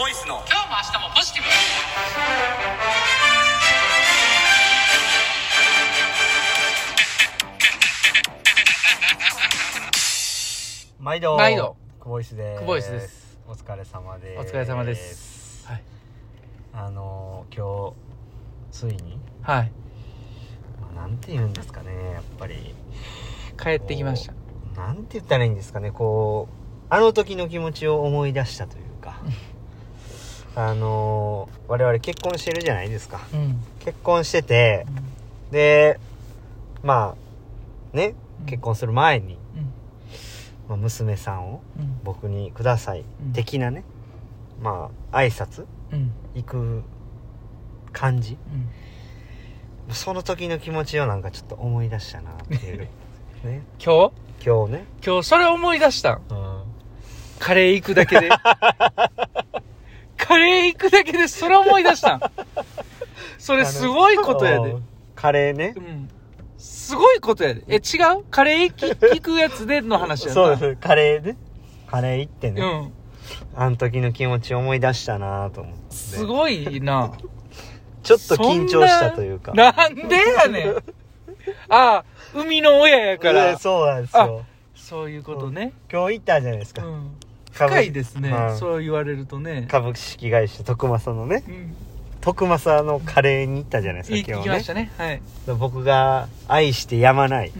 ボイスの今日も明日もポジティブ。 毎度クボイスです。 クボイスです。 お疲れ様です。 お疲れ様です。はい。 今日ついに、 はい。 なんて言うんですかね、やっぱり帰ってきました。 なんて言ったらいいんですかね、こうあの時の気持ちを思い出したというか我々結婚してるじゃないですか、 うん、 結婚してて、でまあね、結婚する前に、娘さんを僕にください、的なね、まあ挨拶、行く感じ、その時の気持ちをなんかちょっと思い出したなっていうね今日ね、 今日それ思い出したん、カレー行くだけでカレー行くだけでそれ思い出したんそれすごいことやで。 カレーね、 すごいことやで。違う？カレー行くやつでの話やった。 そうです。カレーでカレー行ってね、あの時の気持ち思い出したなと思って。 すごいなちょっと緊張したというか。 なんでやねん生みの親やから。 そうなんですよ。 そういうことね。 今日行ったじゃないですか。 深いですね、そう言われるとね。 株式会社徳正のね、徳正のカレーに行ったじゃないですか、今日ね。 行きましたね。はい。 僕が愛してやまない、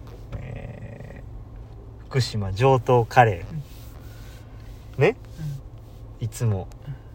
福島上等カレー、ね、いつも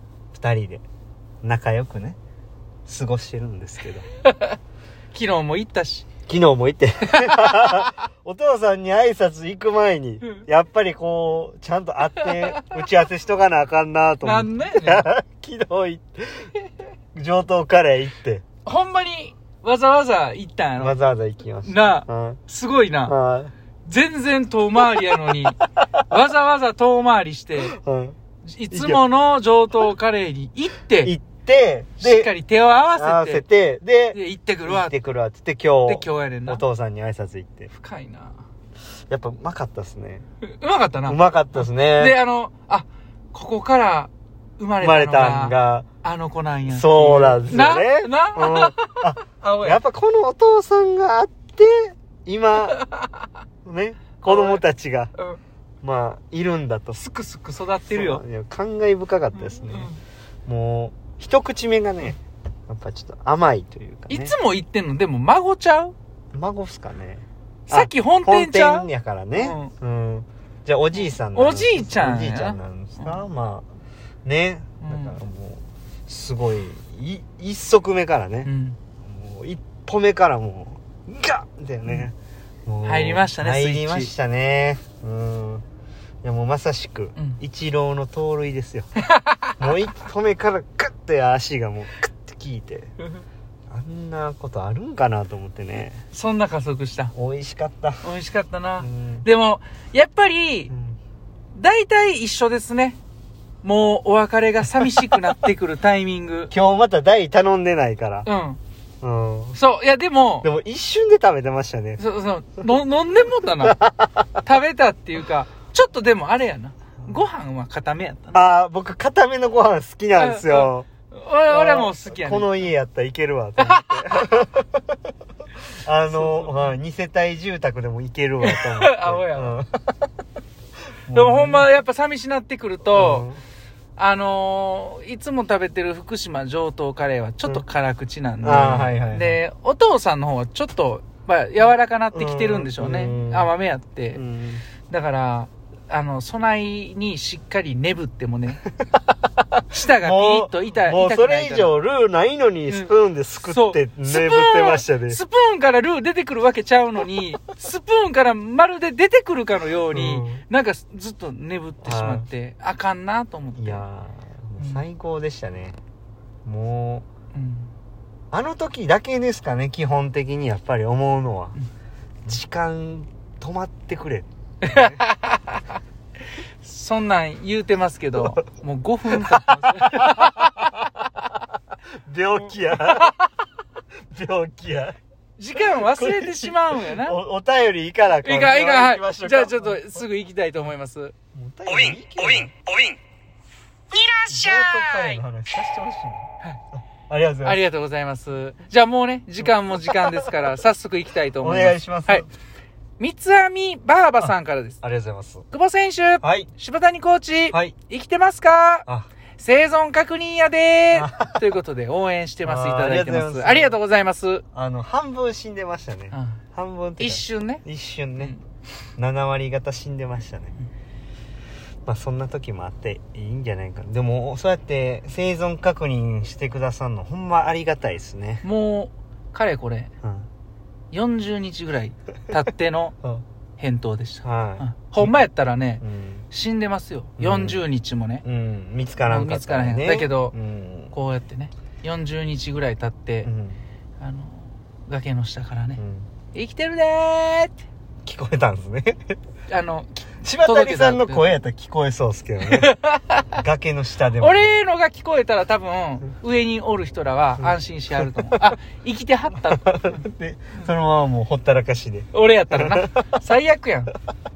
2人で仲良くね過ごしてるんですけど昨日も行ったし、 昨日も行ってお父さんに挨拶行く前に、やっぱりこうちゃんと会って打ち合わせしとかなあかんなと思って。 なんでやねん昨日行って上等カレー行って、 ほんまにわざわざ行ったんやろ。 わざわざ行きましたなあ、すごいな、全然遠回りやのにわざわざ遠回りして、いつもの上等カレーに行ってでしっかり手を合わせてで行ってくるわって言って今日やねんな。 お父さんに挨拶行って。 深いな。 やっぱうまかったっすね。 うまかったな。 うまかったっすね。 でここから生まれたのがあの子なんや。 そうなんですよね。やっぱこのお父さんがあって今ね子供たちが、まあいるんだと。 すくすく育ってるよ。 感慨深かったですね。もう一口目がねやっぱちょっと甘いというかね。 いつも言ってんのでも孫ちゃう？ 孫っすかね。 さっき本店ちゃう？ 本店やからね。じゃあおじいさんおじいちゃんなんですか。まあね、だからもうすごい一足目からね、もう一歩目からもうガッだよね、もう入りましたね。 入りましたね。いやもうまさしく一郎の盗塁ですよ。もう一歩目からグッて足がもうグッて効いてあんなことあるんかなと思ってね。 そんな加速した。 美味しかった。 美味しかったな。でもやっぱり大体一緒ですね。もうお別れが寂しくなってくるタイミング。 今日また大頼んでないから。 そう、いやでも一瞬で食べてましたね。 そう飲んでもったな。食べたっていうか、ちょっとでもあれやな。ご飯は固めやったな。 僕固めのご飯好きなんですよ。 俺も好きやね。この家やったらいけるわと思って二世帯住宅でもいけるわと思って。 青やでもほんまやっぱ寂しなってくると、いつも食べてる福島上等カレーはちょっと辛口なんで、でお父さんの方はちょっと、柔らかなってきてるんでしょうね。甘めやって、だから備えにしっかり眠ってもね舌がピリッと痛くないから。もうそれ以上ルーないのにスプーンですくって眠ってましたね。 スプーンからルー出てくるわけちゃうのにスプーンからまるで出てくるかのように、なんかずっと眠ってしまってあかんなと思って。 いや最高でしたね。もう、あの時だけですかね、基本的にやっぱり思うのは、時間止まってくれそんなん言うてますけどもう5分経ってます病気や時間忘れてしまうんやな。 お便りいいからはい。じゃあちょっとすぐ行きたいと思います。 おウィンっしゃカレーの話させてほしいね。ありがとうございます。 ありがとうございます。じゃあもうね、時間も時間ですから、早速行きたいと思います。 お願いします。 はい。三つ編みばあばさんからです。 ありがとうございます。 久保選手。 はい。 柴谷コーチ。 はい。 生きてますか？生存確認やでーということで応援してます。いただいてます。ありがとうございます。 半分死んでましたね。半分って一瞬ね。 一瞬ね。7割方死んでましたね。まあそんな時もあっていいんじゃないかな。でもそうやって生存確認してくださるのほんまありがたいですね。 もうかれこれ、40日ぐらい経っての返答でした。ほんまやったらね、死んでますよ。40日もね。 見つからんかったね。 だけど、こうやってね、40日ぐらい経って、崖の下からね、生きてるでーって聞こえたんですね。柴谷さんの声やったら聞こえそうですけどね。崖の下でも。 俺のが聞こえたら多分、上におる人らは安心しはると思う。あ、生きてはったで、そのままもうほったらかしで。 俺やったらな。最悪やん。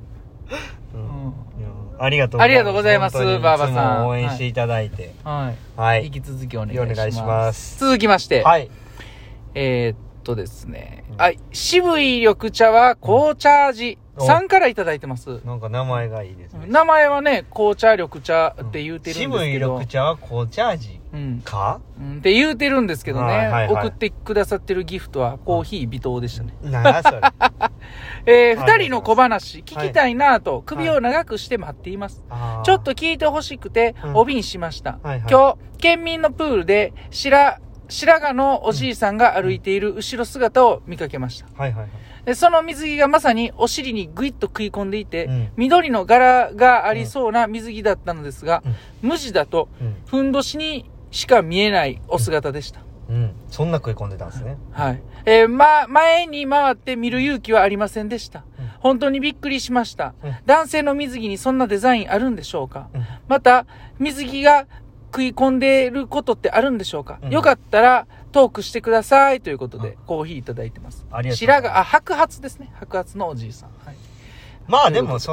ありがとうございます。 バーバさん。 応援していただいて。 はい。引き続きお願いします。続きまして。 はい。 ですね。はい。渋い緑茶は紅茶味さんからいただいてます。 なんか名前がいいですね。 名前はね、紅茶緑茶って言うてるんですけど。 渋い緑茶は紅茶味かって言うてるんですけどね。送ってくださってるギフトはコーヒー微糖でしたね。 なあ、それ。 二人の小話聞きたいなぁと首を長くして待っています。ちょっと聞いてほしくてお瓶しました。今日、県民のプールで白髪のおじいさんが歩いている後ろ姿を見かけました。でその水着がまさにお尻にグイッと食い込んでいて、緑の柄がありそうな水着だったのですが、無地だと、ふんどしにしか見えないお姿でした。 そんな食い込んでたんですね。 はい。前に回って見る勇気はありませんでした。本当にびっくりしました。男性の水着にそんなデザインあるんでしょうか？また、水着が食い込んでいることってあるんでしょうか？よかったらトークしてくださいということでコーヒーいただいてます。白髪、白髪ですね。白髪のおじいさん。はい、 まあでも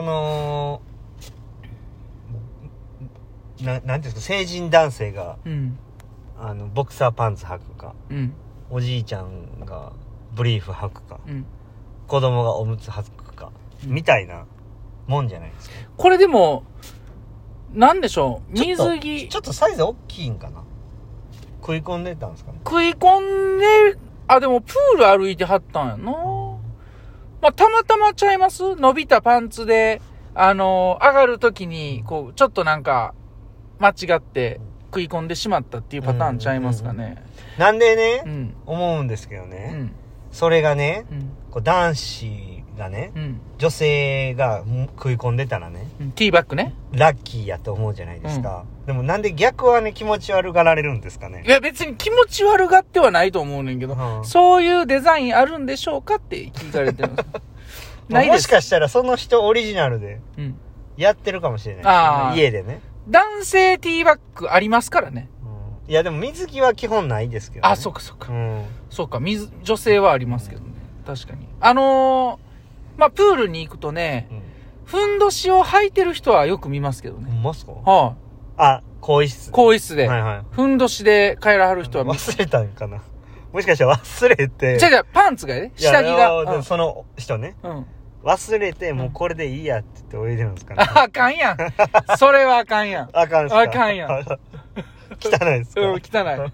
なんていうんですか、成人男性が、ボクサーパンツ履くか、おじいちゃんがブリーフ履くか、子供がおむつ履くか、みたいなもんじゃないですか。 これでもなんでしょう、水着。 ちょっとサイズ大きいんかな？食い込んでたんですかね？ 食い込んで、でもプール歩いてはったんやな。まあ、たまたまちゃいます？伸びたパンツで、上がるときに、こう、ちょっとなんか、間違って食い込んでしまったっていうパターンちゃいますかね。 なんでね、思うんですけどね、それがね、こう男子がね、女性が食い込んでたらね、 ティーバッグね、 ラッキーやと思うじゃないですか、でもなんで逆はね気持ち悪がられるんですかね？ いや別に気持ち悪がってはないと思うねんけど、そういうデザインあるんでしょうかって聞かれてるんですないです。もしかしたらその人オリジナルでやってるかもしれないですね、家でね。 男性ティーバッグありますからね。 いやでも水着は基本ないですけどね。 そうかそうか、そうか、女性はありますけどね、確かに。まあ、プールに行くとね、ふんどしを履いてる人はよく見ますけどね。 ますか？更衣室。 更衣室で。ふんどしで帰らはる人は忘れたんかな。もしかしたら忘れて。 じゃパンツがね、下着が。 その人ね。忘れて、もうこれでいいやって言って泳いでるんですかね。 あかんやん。それはあかんやん。 あかんすか？ あかんやん。 汚いですか？ 汚い。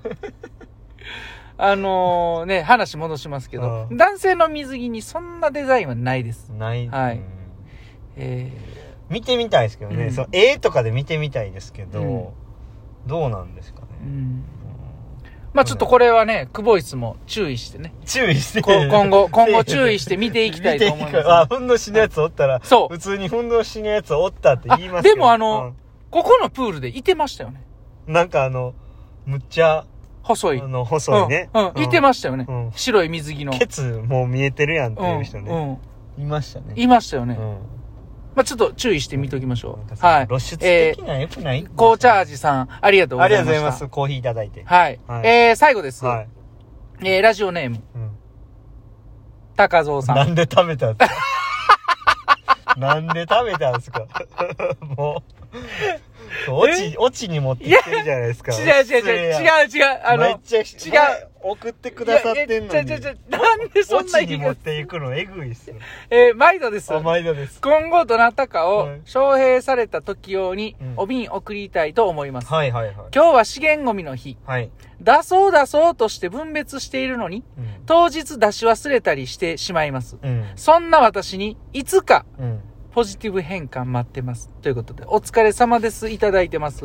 ね、話戻しますけど、男性の水着にそんなデザインはないです。 ない。 はい。 見てみたいですけどね。絵とかで見てみたいですけど、どうなんですかね。 まあちょっとこれはね、クボイスも注意してね。 注意して。 今後注意して見ていきたいと思います。 ふんどしのやつおったら、普通にふんどしのやつおったって言いますけど。 でもここのプールでいてましたよね。 なんかむっちゃ、 細い。 細いね。 いてましたよね。白い水着の。 ケツもう見えてるやんっていう人ね。いましたね。 いましたよね。まあちょっと注意して見ときましょう。はい。 露出的な良くない？ 紅茶味さん、ありがとうございました。 ありがとうございます。コーヒーいただいて。 はい。最後です。ラジオネーム。高蔵さん。 なんで食べたんですか？なんで食べたんですか？もう。 オチに持ってきてるじゃないですか。 違う。めっちゃ違う。 送ってくださってんのに。 なんでそんなオチに持っていくのえぐいっすよ。 毎度です。 毎度です。 今後どなたかを招聘された時用にお瓶送りたいと思います。 はいはいはい。 今日は資源ゴミの日。 はい。 出そうとして分別しているのに、当日出し忘れたりしてしまいます。そんな私にいつか、ポジティブ変換待ってます。ということで、お疲れ様です。いただいてます。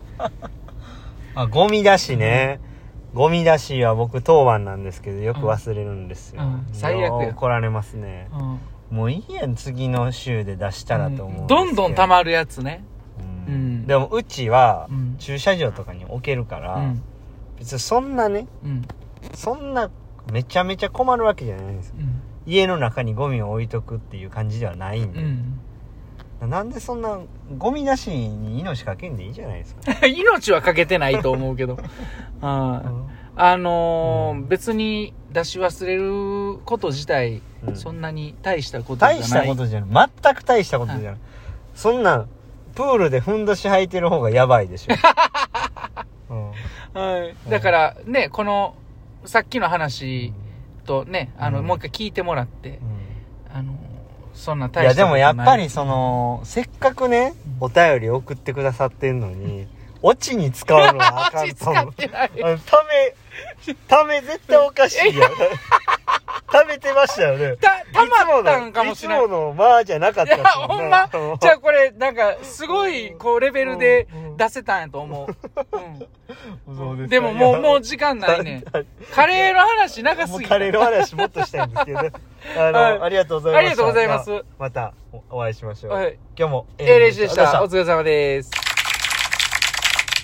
ゴミ出しね。ゴミ出しは僕当番なんですけど、よく忘れるんですよ。 最悪や。 怒られますね。もういいやん、次の週で出したらと思うんですけど。 どんどん溜まるやつね。 でもうちは、駐車場とかに置けるから、別にそんなね、そんなめちゃめちゃ困るわけじゃないんですよ。家の中にゴミを置いとくっていう感じではないんで、なんでそんなゴミ出しに命かけんでいいじゃないですか。 命はかけてないと思うけど別に出し忘れること自体、そんなに大したことじゃない。 大したことじゃない。全く大したことじゃない。そんなプールでふんどし履いてる方がやばいでしょ。 だからね、このさっきの話とね、もう一回聞いてもらって、そんな大したことない。 いやでもやっぱりせっかくね、お便り送ってくださってんのに、オチに使うのはあかんと思う。 オチ使ってない。 ため絶対おかしいやん。食べてましたよね。 たまったんかもしれない。 いつものまあじゃなかったし。いや、ほんま。じゃあこれ、なんか、すごい、レベルで出せたんやと思う。でももう時間ないね。カレーの話長すぎた。 カレーの話もっとしたいんですけど、ありがとうございます。 ありがとうございます。 またお会いしましょう。 はい。 今日も練習でした。お疲れ様です。